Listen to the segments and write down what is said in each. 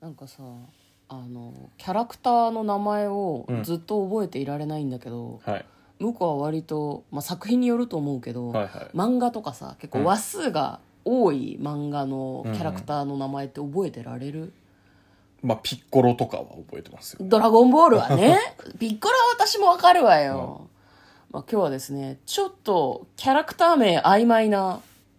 なんかさ、キャラクターの名前をずっと覚えていられないんだけど、 はい、 向こうは割と、作品によると思うけど、 はいはい、 漫画とかさ結構話数が多い漫画のキャラクターの名前って覚えてられる？ ピッコロとかは覚えてますよ。 ドラゴンボールはねピッコロは私もわかるわよ、今日はですねちょっとキャラクター名曖昧な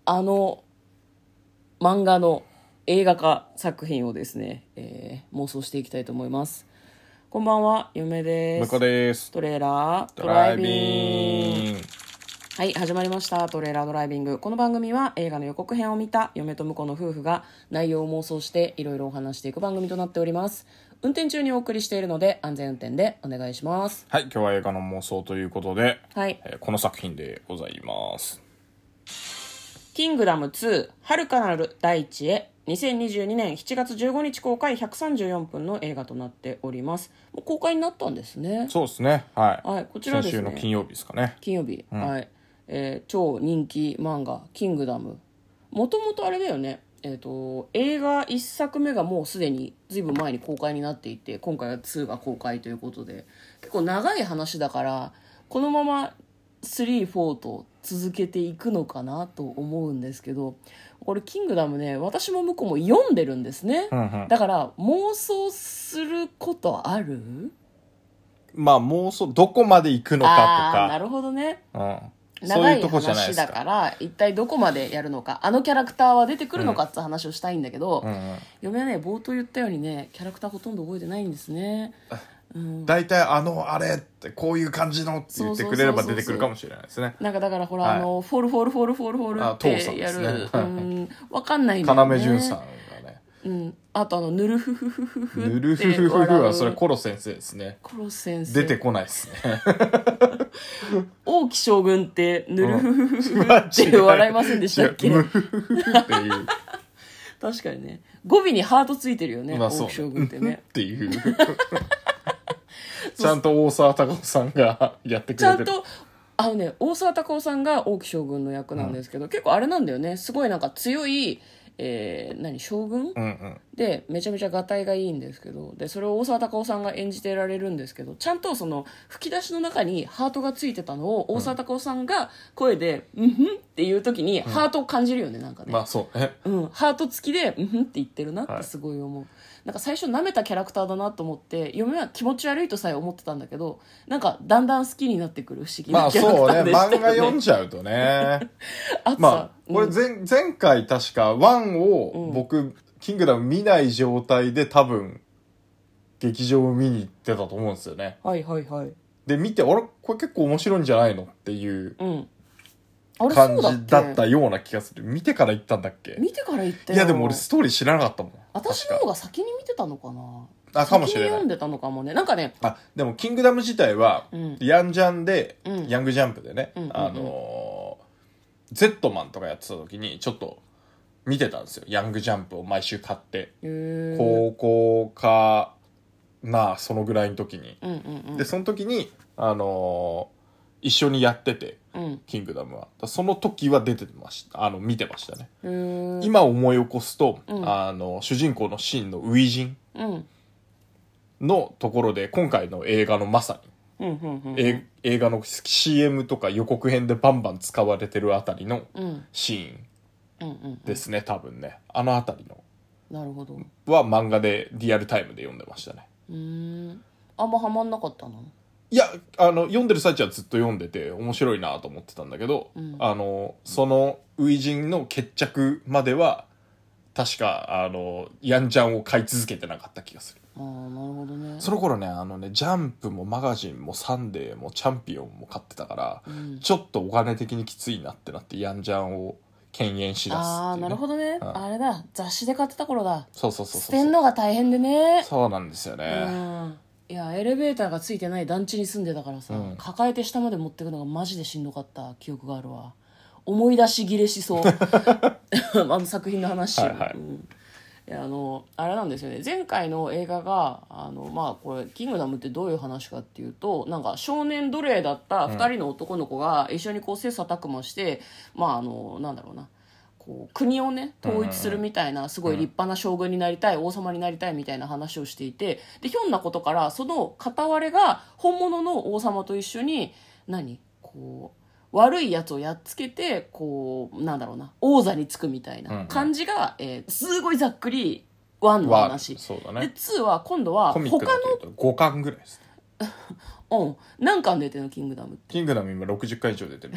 漫画の映画化作品をですね、妄想していきたいと思います。こんばんは、嫁です。 向こうです。 トレーラードドライビング。 はい、始まりました。トレーラードライビング。この番組は映画の予告編を見た嫁と婿の夫婦が内容を妄想していろいろお話していく番組となっております。運転中にお送りしているので安全運転でお願いします。 はい、今日は映画の妄想ということで、 はい、 この作品でございます。 キングダム2遥かなる大地へ、2022年7月15日公開134分の映画となっております。もう公開になったんですね。 そうですね、はい、 はい、こちらですね、 先週の金曜日ですかね。 金曜日、はい、超人気漫画キングダム、もともとあれだよね、映画1作目がもうすでにずいぶん前に公開になっていて、今回は2が公開ということで結構長い話だから、このまま3、4と続けていくのかなと思うんですけど、これキングダムね、私も向こうも読んでるんですね、だから妄想することある？ 妄想どこまで行くのかとか。 なるほどね、 そういうとこじゃないですか。 長い話だから一体どこまでやるのか、あのキャラクターは出てくるのかって話をしたいんだけど、嫁はね冒頭言ったようにねキャラクターほとんど覚えてないんですね。 大体あれってこういう感じのって言ってくれれば出てくるかもしれないですね。 なんかだからほら、フォルフォルフォルフォルフォルってやる、わかんないんだよね。 要潤さんがね、 あとヌルフフフフフヌルフフフフはそれコロ先生ですね。 コロ先生出てこないですね。 王毅将軍ってヌルフフフフって笑いませんでしたっけ？ ムフフフっていう。 確かにね、語尾にハートついてるよね、王毅将軍ってね。 っていう。ちゃんと大沢たかおさんがやってくれてる。 ちゃんと大沢たかおさんが王毅将軍の役なんですけど、結構あれなんだよね、すごいなんか強い、将軍、でめちゃめちゃがたいがいいんですけど、でそれを大沢たかおさんが演じてられるんですけど、ちゃんとその吹き出しの中にハートがついてたのを大沢たかおさんが声で「うんふん」っていう時にハートを感じるよね、なんかね。 そうね。 ハート付きで「うんふん」って言ってるなってすごい思う。なんか最初舐めたキャラクターだなと思って嫁は気持ち悪いとさえ思ってたんだけど、なんかだんだん好きになってくる不思議なキャラクターでしたよね。 漫画読んじゃうとね。 あとさ、 これ前回確か1を僕、キングダム見ない状態で多分劇場を見に行ってたと思うんですよね。 はいはいはい。 で見て、これ結構面白いんじゃないのっていうあれ感じだったような気がする。見てから行ったんだっけ？ 見てから行ったよ。 いやでも俺ストーリー知らなかったもん。 私の方が先に見てたのかな。 かもしれない。 先に読んでたのかもね。なんかね。 でもキングダム自体は、ヤンジャンで、ヤングジャンプでね、ゼットマンとかやってた時にちょっと見てたんですよ。ヤングジャンプを毎週買って。高校かそのぐらいの時に。で、その時に、一緒にやってて、キングダムは。その時は出てました。見てましたね。今思い起こすと、主人公のシンの初陣のところで、今回の映画のまさに、映画の CM とか予告編でバンバン使われてるあたりのシーンですね、多分ね。あのあたりの。 なるほど。 は漫画でリアルタイムで読んでましたね。 あんまハマんなかったの？ いや、読んでる最中はずっと読んでて面白いなと思ってたんだけど、その初陣の決着までは確かヤンジャンを買い続けてなかった気がする。 なるほどね。 その頃ね、ジャンプもマガジンもサンデーもチャンピオンも買ってたから、ちょっとお金的にきついなってなってヤンジャンを敬遠しだすっていう、ね。 なるほどね。あれだ、雑誌で買ってた頃だ。 そう。 捨てんのが大変でね。 そうなんですよね。 いや、エレベーターがついてない団地に住んでたからさ、抱えて下まで持ってくのがマジでしんどかった記憶があるわ。思い出し切れしそう。作品の話。いやあれなんですよね、前回の映画がこれキングダムってどういう話かっていうと、なんか少年奴隷だった2人の男の子が一緒にこう切磋琢磨して、なんだろうな、 こう国をね統一するみたいな、すごい立派な将軍になりたい、王様になりたいみたいな話をしていて、でひょんなことからその片割れが本物の王様と一緒にこう悪いやつをやっつけて、こうなんだろうな、王座につくみたいな感じが、すごいざっくり1の話、 そうだね。 で2は今度はコミックだというと5巻ぐらいですね。 何巻出てるのキングダムって。 キングダム今60巻以上出てるんで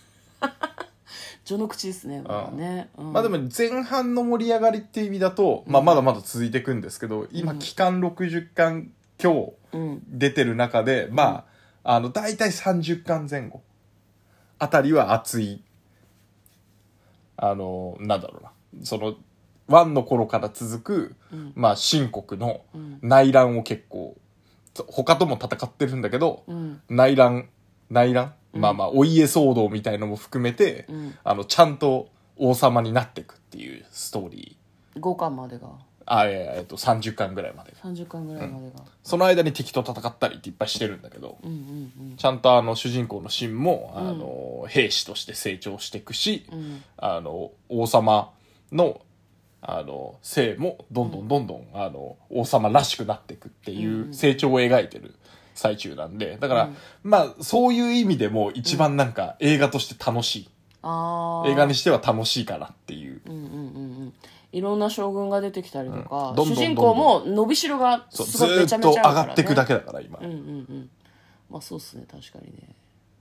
序の口ですね、まあね、 まあでも前半の盛り上がりっていう意味だと、まあまだまだ続いていくんですけど、今期間60巻強出てる中で、まあだいたい30巻前後あたりは熱い、なんだろうな、その1の頃から続く、まあ秦国の内乱を結構他とも戦ってるんだけど、内乱、まあまあお家騒動みたいのも含めて、ちゃんと王様になっていくっていうストーリー。5巻までが 30巻ぐらいまでが 30巻ぐらいまでが、 その間に敵と戦ったりっていっぱいしてるんだけど、ちゃんと主人公のシンも兵士として成長していくし、王様の姓もどんどん王様らしくなっていくっていう成長を描いてる最中なんで、だからまあそういう意味でも一番なんか映画として楽しい、映画にしては楽しいかなっていう、 いろんな将軍が出てきたりとか、 どんどん主人公も伸びしろがすごいめちゃめちゃあるからね、ずっと上がっていくだけだから今。 まあそうっすね、確かにね。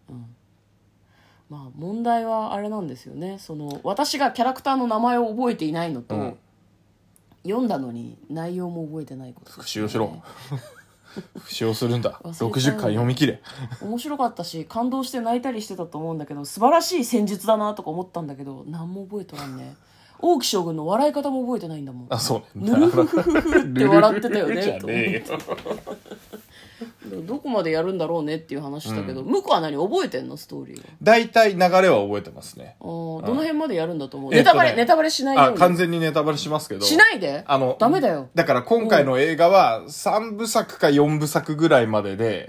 まあ問題はあれなんですよね、その私がキャラクターの名前を覚えていないのと、読んだのに内容も覚えてないことですね。 復習をしろ復習をするんだ。60巻読み切れ。 面白かったし感動して泣いたりしてたと思うんだけど、素晴らしい戦術だなとか思ったんだけど、何も覚えとらんね。王毅将軍の笑い方も覚えてないんだもん。 あ、そうね。 ぬるふふふふって笑ってたよねじゃねえよ。 どこまでやるんだろうねっていう話したけど、向こうは何覚えてんのストーリーは。 大体流れは覚えてますね。 どの辺までやるんだと思う、ネタバレしないように。 完全にネタバレしますけど。 しないで、ダメだよ。 だから今回の映画は3部作か4部作ぐらいまでで、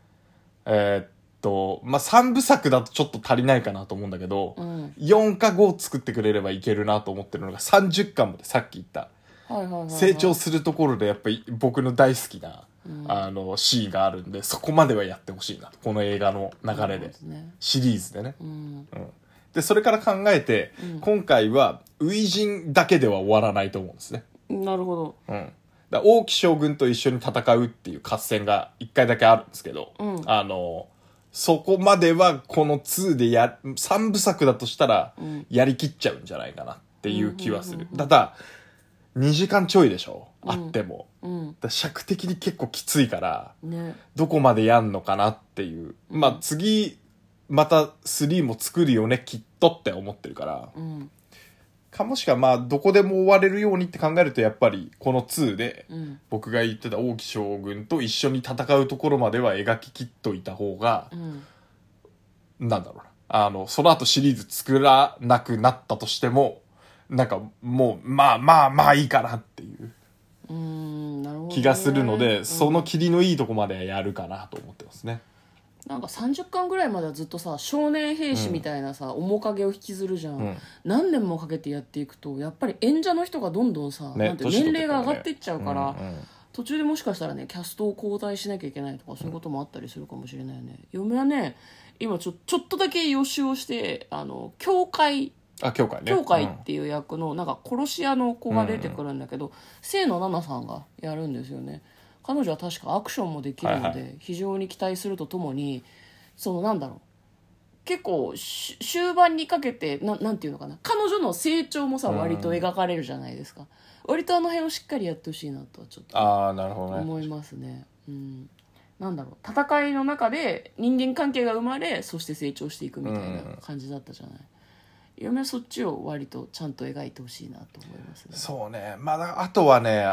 まあ、3部作だとちょっと足りないかなと思うんだけど、4か5作ってくれればいけるなと思ってるのが30巻まで、さっき言った。成長するところでやっぱり僕の大好きな、シーンがあるんで、そこまではやってほしいな。この映画の流れで。シリーズでね。で、それから考えて、今回は、初陣だけでは終わらないと思うんですね。 なるほど。 王毅将軍と一緒に戦うっていう合戦が1回だけあるんですけど、そこまではこの2で3部作だとしたら、やりきっちゃうんじゃないかなっていう気はする。ただ、2時間ちょいでしょ、あっても。尺的に結構きついから、どこまでやんのかなっていう。まあ次、また3も作るよね、きっとって思ってるから。かもしくはまあどこでも終われるようにって考えると、やっぱりこの2で、僕が言ってた王毅将軍と一緒に戦うところまでは描ききっといた方が、なんだろうな。その後シリーズ作らなくなったとしても、なんかもう、まあいいかなっていう気がするので、その切りのいいとこまでやるかなと思ってますね。 なんか30巻ぐらいまではずっとさ、少年兵士みたいなさ、面影を引きずるじゃん。何年もかけてやっていくと、やっぱり演者の人がどんどんさ、なんて年齢が上がっていっちゃうから、途中でもしかしたらね、キャストを交代しなきゃいけないとか、そういうこともあったりするかもしれないよね。嫁はね、今ちょっとだけ予習をして、教会っていう役のなんか殺し屋の子が出てくるんだけど、清野菜名さんがやるんですよね。彼女は確かアクションもできるので、非常に期待するとともに、そのなんだろう、結構終盤にかけてなんていうのかな、彼女の成長もさ割と描かれるじゃないですか。割とあの辺をしっかりやってほしいなとはちょっと思いますね。なんだろう、戦いの中で人間関係が生まれ、そして成長していくみたいな感じだったじゃない。嫁はそっちを割とちゃんと描いてほしいなと思いますね。 そうね。まあ、あとはね、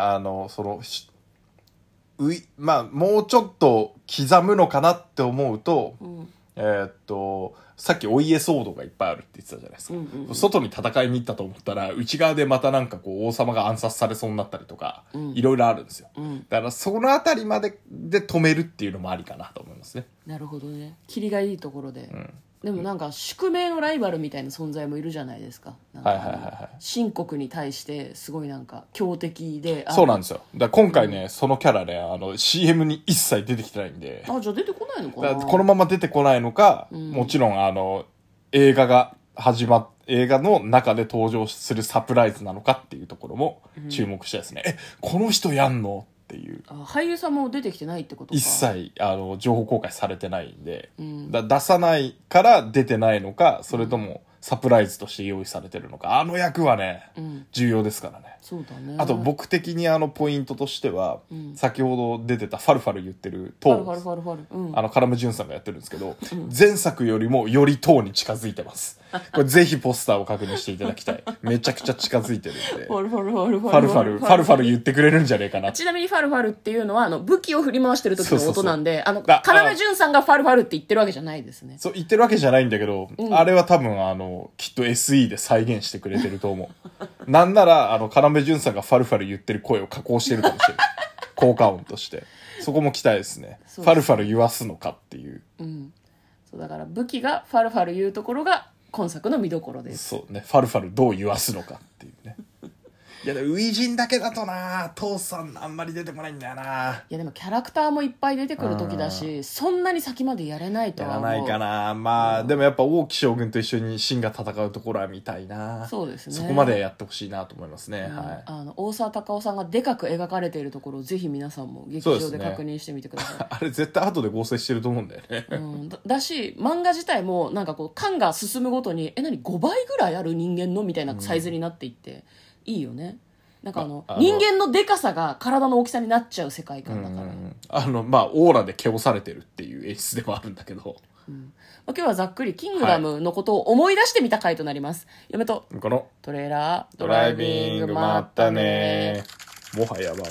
まあ、もうちょっと刻むのかなって思うと、さっきお家騒動がいっぱいあるって言ってたじゃないですか。外に戦いに行ったと思ったら、内側でまたなんかこう、王様が暗殺されそうになったりとか、いろいろあるんですよ。だから、そのあたりまでで止めるっていうのもありかなと思いますね。 なるほどね。切りがいいところで。 でもなんか宿命のライバルみたいな存在もいるじゃないですか。なんかはいはいはいはい。 秦国に対してすごいなんか強敵でそうなんですよ。だから今回ね、そのキャラね、CM に一切出てきてないんで、 あ、じゃあ出てこないのかな。 だからこのまま出てこないのか、もちろん映画の中で登場するサプライズなのかっていうところも注目したいですね。この人やんのっていう。 俳優さんも出てきてないってことか。 一切、情報公開されてないんで、出さないから出てないのか、それともサプライズとして用意されてるのか、あの役はね、重要ですからね。 そうだね。 あと僕的にポイントとしては、先ほど出てたファルファル言ってるトーン、 ファルファル、 カラム・ジュンさんがやってるんですけど、前作よりもよりトーンに近づいてます。これぜひポスターを確認していただきたい。めちゃくちゃ近づいてるんで。 ファルファルファルファルファル言ってくれるんじゃねえかな。 ちなみにファルファルっていうのは武器を振り回してる時の音なんで、カラム・ジュンさんがファルファルって言ってるわけじゃないですね。 そう言ってるわけじゃないんだけど、あれは多分きっと SE で再現してくれてると思う。なんならカラム・ジュンさんがファルファル言ってる声を加工してるかもしれない。効果音として。そこも期待ですね。ファルファル言わすのかっていう。 そうだから武器がファルファル言うところが今作の見どころです。 そうね。ファルファルどう言わすのかっていうね。いや、初陣だけだとな、父さんあんまり出てこないんだよな。 いやでもキャラクターもいっぱい出てくる時だし、そんなに先までやれないとは思う。 やらないかな。まあ、でもやっぱ王毅将軍と一緒に秦が戦うところは見たいな。 そうですね。 そこまでやってほしいなと思いますね。はい。 大沢たかおさんがでかく描かれているところをぜひ皆さんも劇場で確認してみてください。 あれ絶対後で合成してると思うんだよね。 だし、漫画自体もなんかこう、巻が進むごとに、何5倍ぐらいある人間のみたいなサイズになっていって、いいよね。なんか人間のでかさが体の大きさになっちゃう世界観だから。 まあ、オーラで毛をされてるっていう演出でもあるんだけど。 今日はざっくりキングダムのことを思い出してみた回となります。嫁とこのトレーラードドライビングまったね。もはや